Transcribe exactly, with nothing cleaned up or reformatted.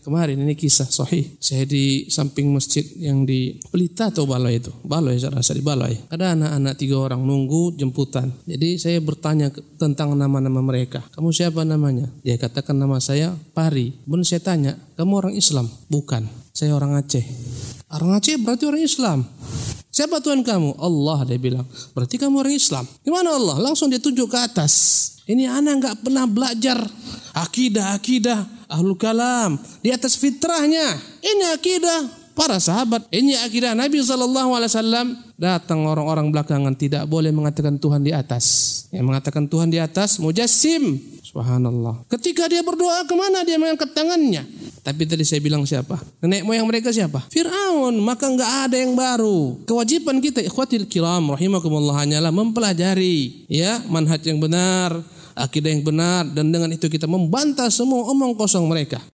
kemarin ini kisah sahih. Saya di samping masjid yang di Pelita atau Baloi itu. Baloi saya rasa di Baloi. Ada anak-anak tiga orang nunggu jemputan. Jadi saya bertanya tentang nama-nama mereka. Kamu siapa namanya? Dia katakan nama saya Pari. Kemudian saya tanya, kamu orang Islam? Bukan, saya orang Aceh. Orang Aceh berarti orang Islam. Siapa Tuhan kamu? Allah, dia bilang. Berarti kamu orang Islam. Gimana Allah? Langsung dia tunjuk ke atas. Ini anak nggak pernah belajar akidah-akidah ahlul kalam di atas fitrahnya. Ini akidah para sahabat. Ini akidah Nabi shallallahu alaihi wasallam. Datang orang-orang belakangan tidak boleh mengatakan Tuhan di atas. Yang mengatakan Tuhan di atas mujassim. Subhanallah. Ketika dia berdoa kemana dia mengangkat tangannya? Tapi tadi saya bilang siapa? Nenek moyang mereka siapa? Fir'aun. Maka enggak ada yang baru. Kewajiban kita ikhwatil kiram rahimakumullah hanyalah mempelajari ya manhaj yang benar, akidah yang benar, dan dengan itu kita membantah semua omong kosong mereka.